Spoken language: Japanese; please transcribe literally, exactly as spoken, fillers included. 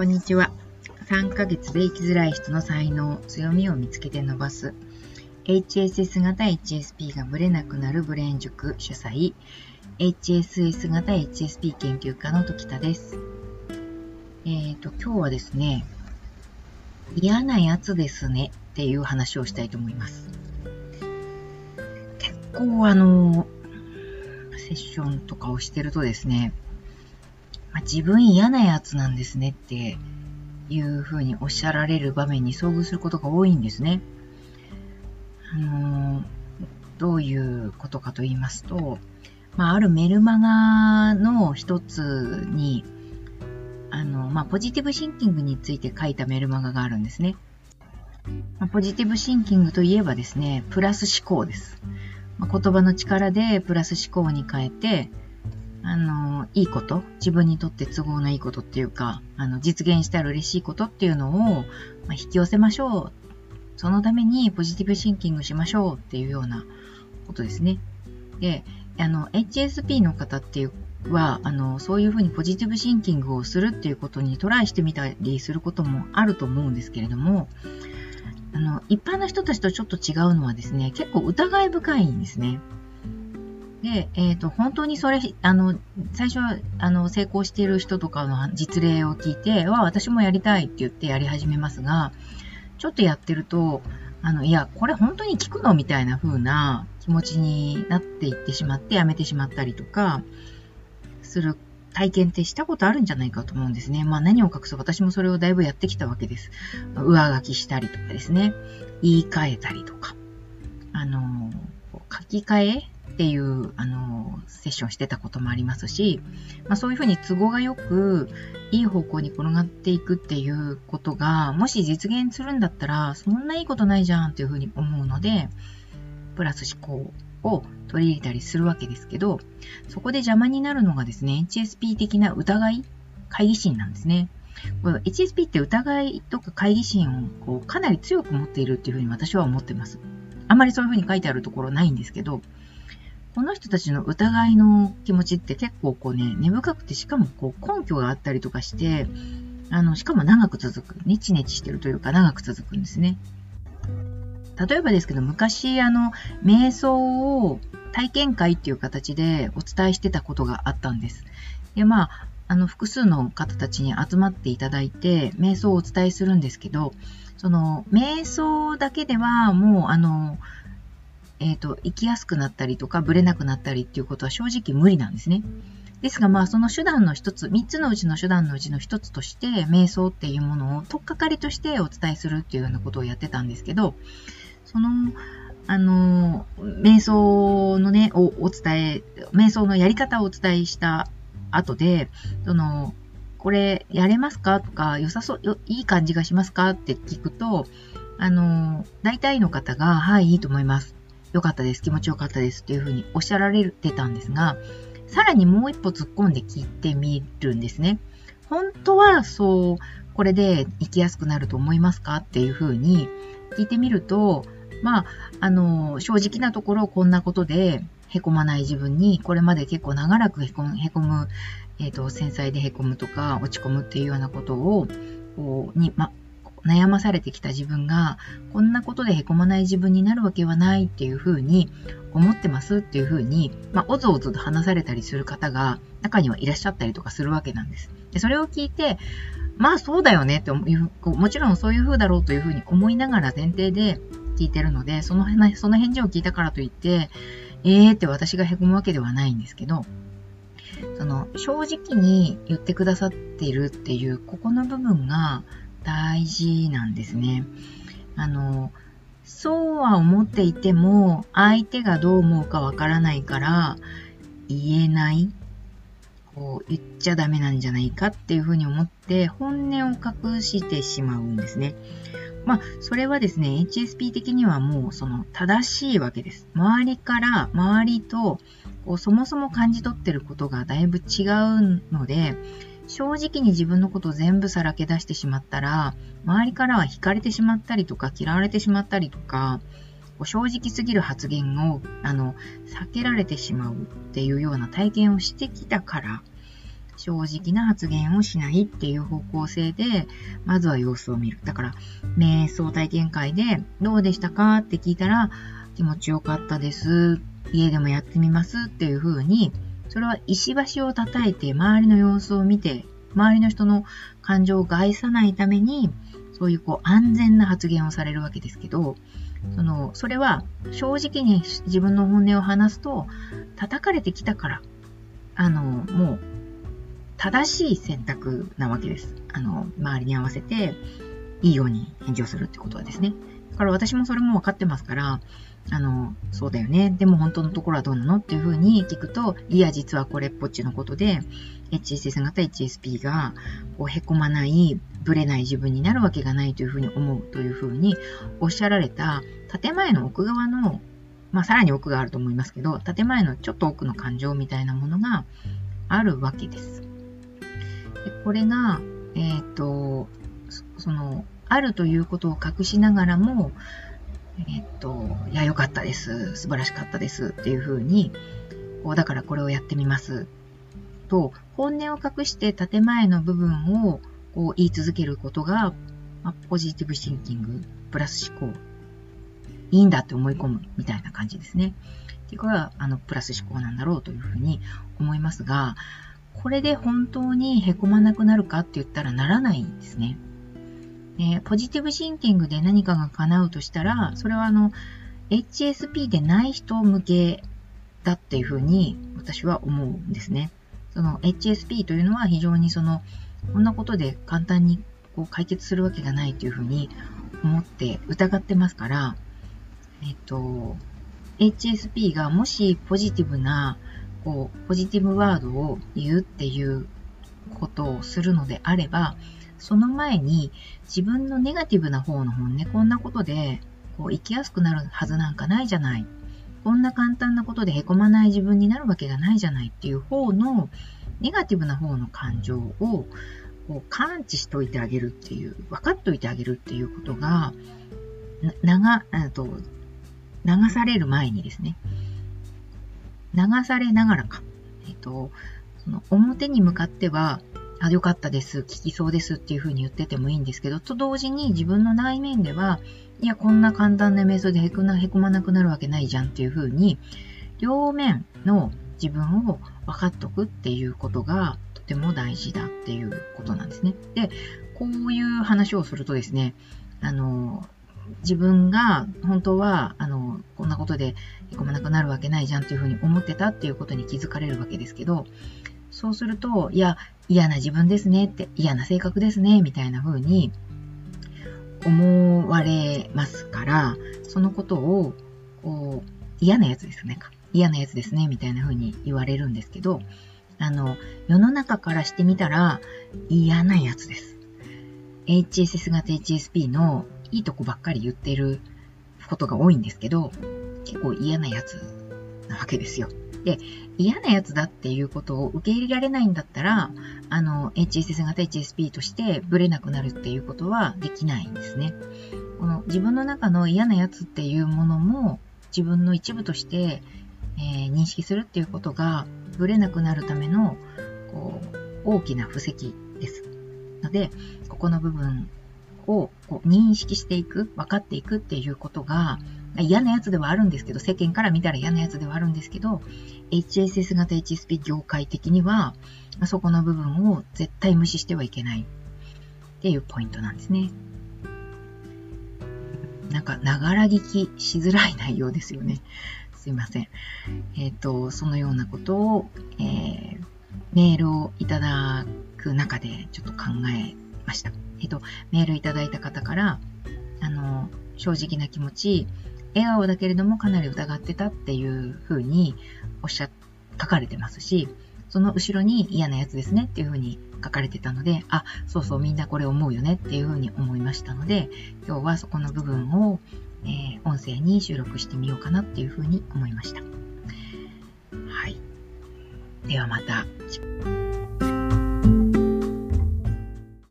こんにちは。さんかげつで生きづらい人の才能、強みを見つけて伸ばす エイチエスエス 型 エイチエスピー がブレなくなるブレーン塾主催 エイチエスエス 型 エイチエスピー 研究家の時田です。えっと、今日はですね、嫌なやつですねっていう話をしたいと思います。結構あの、セッションとかをしてるとですね、まあ、自分嫌なやつなんですねっていうふうにおっしゃられる場面に遭遇することが多いんですね。あのー、どういうことかと言いますと、まあ、あるメルマガの一つに、あの、まあ、ポジティブシンキングについて書いたメルマガがあるんですね。まあ、ポジティブシンキングといえばですね、プラス思考です。まあ、言葉の力でプラス思考に変えて、あの、いいこと、自分にとって都合のいいことっていうか、あの、実現したら嬉しいことっていうのを、まあ、引き寄せましょう。そのためにポジティブシンキングしましょうっていうようなことですね。で、あの、エイチエスピー の方っていうは、あの、そういうふうにポジティブシンキングをするっていうことにトライしてみたりすることもあると思うんですけれども、あの、一般の人たちとちょっと違うのはですね、結構疑い深いんですね。で、えっと、本当にそれ、あの、最初は、あの、成功している人とかの実例を聞いて、わ、私もやりたいって言ってやり始めますが、ちょっとやってると、あの、いや、これ本当に効くのみたいな風な気持ちになっていってしまって、やめてしまったりとか、する体験ってしたことあるんじゃないかと思うんですね。まあ何を隠そう、私もそれをだいぶやってきたわけです。上書きしたりとかですね、言い換えたりとか、あの、書き換えっていう、あの、セッションしてたこともありますし、まあ、そういうふうに都合がよく、いい方向に転がっていくっていうことが、もし実現するんだったら、そんないいことないじゃんっていうふうに思うので、プラス思考を取り入れたりするわけですけど、そこで邪魔になるのがですね、エイチエスピー 的な疑い、懐疑心なんですね。これ エイチエスピー って疑いとか懐疑心をこうかなり強く持っているっていうふうに私は思ってます。あまりそういうふうに書いてあるところないんですけど、この人たちの疑いの気持ちって結構こうね、根深くて、しかもこう根拠があったりとかして、あの、しかも長く続く。ネチネチしてるというか長く続くんですね。例えばですけど、昔あの、瞑想を体験会っていう形でお伝えしてたことがあったんです。で、まあ、あの、複数の方たちに集まっていただいて、瞑想をお伝えするんですけど、その、瞑想だけではもうあの、えっと、生きやすくなったりとか、ブレなくなったりっていうことは正直無理なんですね。ですが、まあ、その手段の一つ、三つのうちの手段のうちの一つとして、瞑想っていうものを取っかかりとしてお伝えするっていうようなことをやってたんですけど、その、あの、瞑想のね、をお伝え、瞑想のやり方をお伝えした後で、その、これやれますかとか、良さそう、いい感じがしますかって聞くと、あの、大体の方が、はい、いいと思います。よかったです。気持ちよかったです。っていうふうにおっしゃられてたんですが、さらにもう一歩突っ込んで聞いてみるんですね。本当はそう、これで生きやすくなると思いますかっていうふうに聞いてみると、まあ、あの、正直なところこんなことで凹まない自分に、これまで結構長らくへこむ、へこむ、えっと、繊細でへこむとか落ち込むっていうようなことを、こう、に、ま、悩まされてきた自分がこんなことでへこまない自分になるわけはないっていうふうに思ってますっていうふうに、まあ、おずおずと話されたりする方が中にはいらっしゃったりとかするわけなんです。で、それを聞いて、まあそうだよねって思う、もちろんそういうふうだろうというふうに思いながら前提で聞いてるので、その、その返事を聞いたからといって、えーって私がへこむわけではないんですけど、その正直に言ってくださっているっていうここの部分が大事なんですね。あの、そうは思っていても、相手がどう思うかわからないから、言えない。こう、言っちゃダメなんじゃないかっていうふうに思って、本音を隠してしまうんですね。まあ、それはですね、エイチエスピー 的にはもう、その、正しいわけです。周りから、周りと、こうそもそも感じ取ってることがだいぶ違うので、正直に自分のことを全部さらけ出してしまったら、周りからは惹かれてしまったりとか、嫌われてしまったりとか、正直すぎる発言を、あの、避けられてしまうっていうような体験をしてきたから、 正直な発言をしないっていう方向性で、まずは様子を見る。だから、瞑想体験会でどうでしたかって聞いたら、気持ちよかったです。家でもやってみますっていう風に、それは石橋を叩いて周りの様子を見て、周りの人の感情を害さないために、そういうこう安全な発言をされるわけですけど、その、それは正直に自分の本音を話すと、叩かれてきたから、あの、もう、正しい選択なわけです。あの、周りに合わせて、いいように返事をするってことはですね。だから私もそれも分かってますから、あの、そうだよね。でも本当のところはどうなのっていうふうに聞くと、いや、実はこれっぽっちのことで、エイチエスエス 型 エイチエスピー が、こう、へこまない、ぶれない自分になるわけがないというふうに思うというふうにおっしゃられた、建前の奥側の、まあ、さらに奥があると思いますけど、建前のちょっと奥の感情みたいなものがあるわけです。でこれが、えっと、その、あるということを隠しながらも、えっと、いや、良かったです。素晴らしかったです。っていうふうに、こう、だからこれをやってみます。と、本音を隠して建前の部分をこう言い続けることが、まあ、ポジティブシンキング、プラス思考、いいんだって思い込むみたいな感じですね。っていうことは、あの、プラス思考なんだろうというふうに思いますが、これで本当に凹まなくなるかって言ったらならないんですね。えー、ポジティブシンキングで何かが叶うとしたら、それはあの、エイチエスピー でない人向けだっていうふうに私は思うんですね。その エイチエスピー というのは非常にその、こんなことで簡単にこう解決するわけがないというふうに思って疑ってますから、えっと、エイチエスピー がもしポジティブな、こう、ポジティブワードを言うっていうことをするのであれば、その前に自分のネガティブな方の本音、こんなことでこう生きやすくなるはずなんかないじゃない。こんな簡単なことでへこまない自分になるわけがないじゃないっていう方のネガティブな方の感情をこう感知しといてあげるっていう、分かっといてあげるっていうことが、な、なが、と流される前にですね、流されながらか、えっと、その表に向かっては、あ、よかったです、聞きそうですっていう風に言っててもいいんですけど、と同時に自分の内面では、いや、こんな簡単な瞑想でへこな、へこまなくなるわけないじゃんっていう風に、両面の自分を分かっとくっていうことがとても大事だっていうことなんですね。で、こういう話をするとですね、あの、自分が本当は、あの、こんなことでへこまなくなるわけないじゃんっていう風に思ってたっていうことに気づかれるわけですけど、そうすると、いや、嫌な自分ですねって、嫌な性格ですね、みたいな風に思われますから、そのことを、こう、嫌なやつですね。嫌なやつですね、みたいな風に言われるんですけど、あの、世の中からしてみたら嫌なやつです。エイチエスエス 型 エイチエスピー のいいとこばっかり言ってることが多いんですけど、結構嫌なやつなわけですよ。で、嫌なやつだっていうことを受け入れられないんだったら、あの、エイチエスエス 型 エイチエスピー としてブレなくなるっていうことはできないんですね。この自分の中の嫌なやつっていうものも自分の一部として、えー、認識するっていうことがブレなくなるためのこう大きな布石です。ので、ここの部分をこう認識していく、分かっていくっていうことが嫌なやつではあるんですけど、世間から見たら嫌なやつではあるんですけど、エイチエスエス 型 エイチエスピー 業界的には、そこの部分を絶対無視してはいけないっていうポイントなんですね。なんか、ながら聞きしづらい内容ですよね。すいません。えっと、そのようなことを、えー、メールをいただく中でちょっと考えました。えっと、メールいただいた方から、あの、正直な気持ち、笑顔だけれどもかなり疑ってたっていう風におっしゃ、書かれてますし、その後ろに嫌なやつですねっていう風に書かれてたので、あ、そうそうみんなこれ思うよねっていう風に思いましたので、今日はそこの部分を、えー、音声に収録してみようかなっていう風に思いました。はい。ではまた。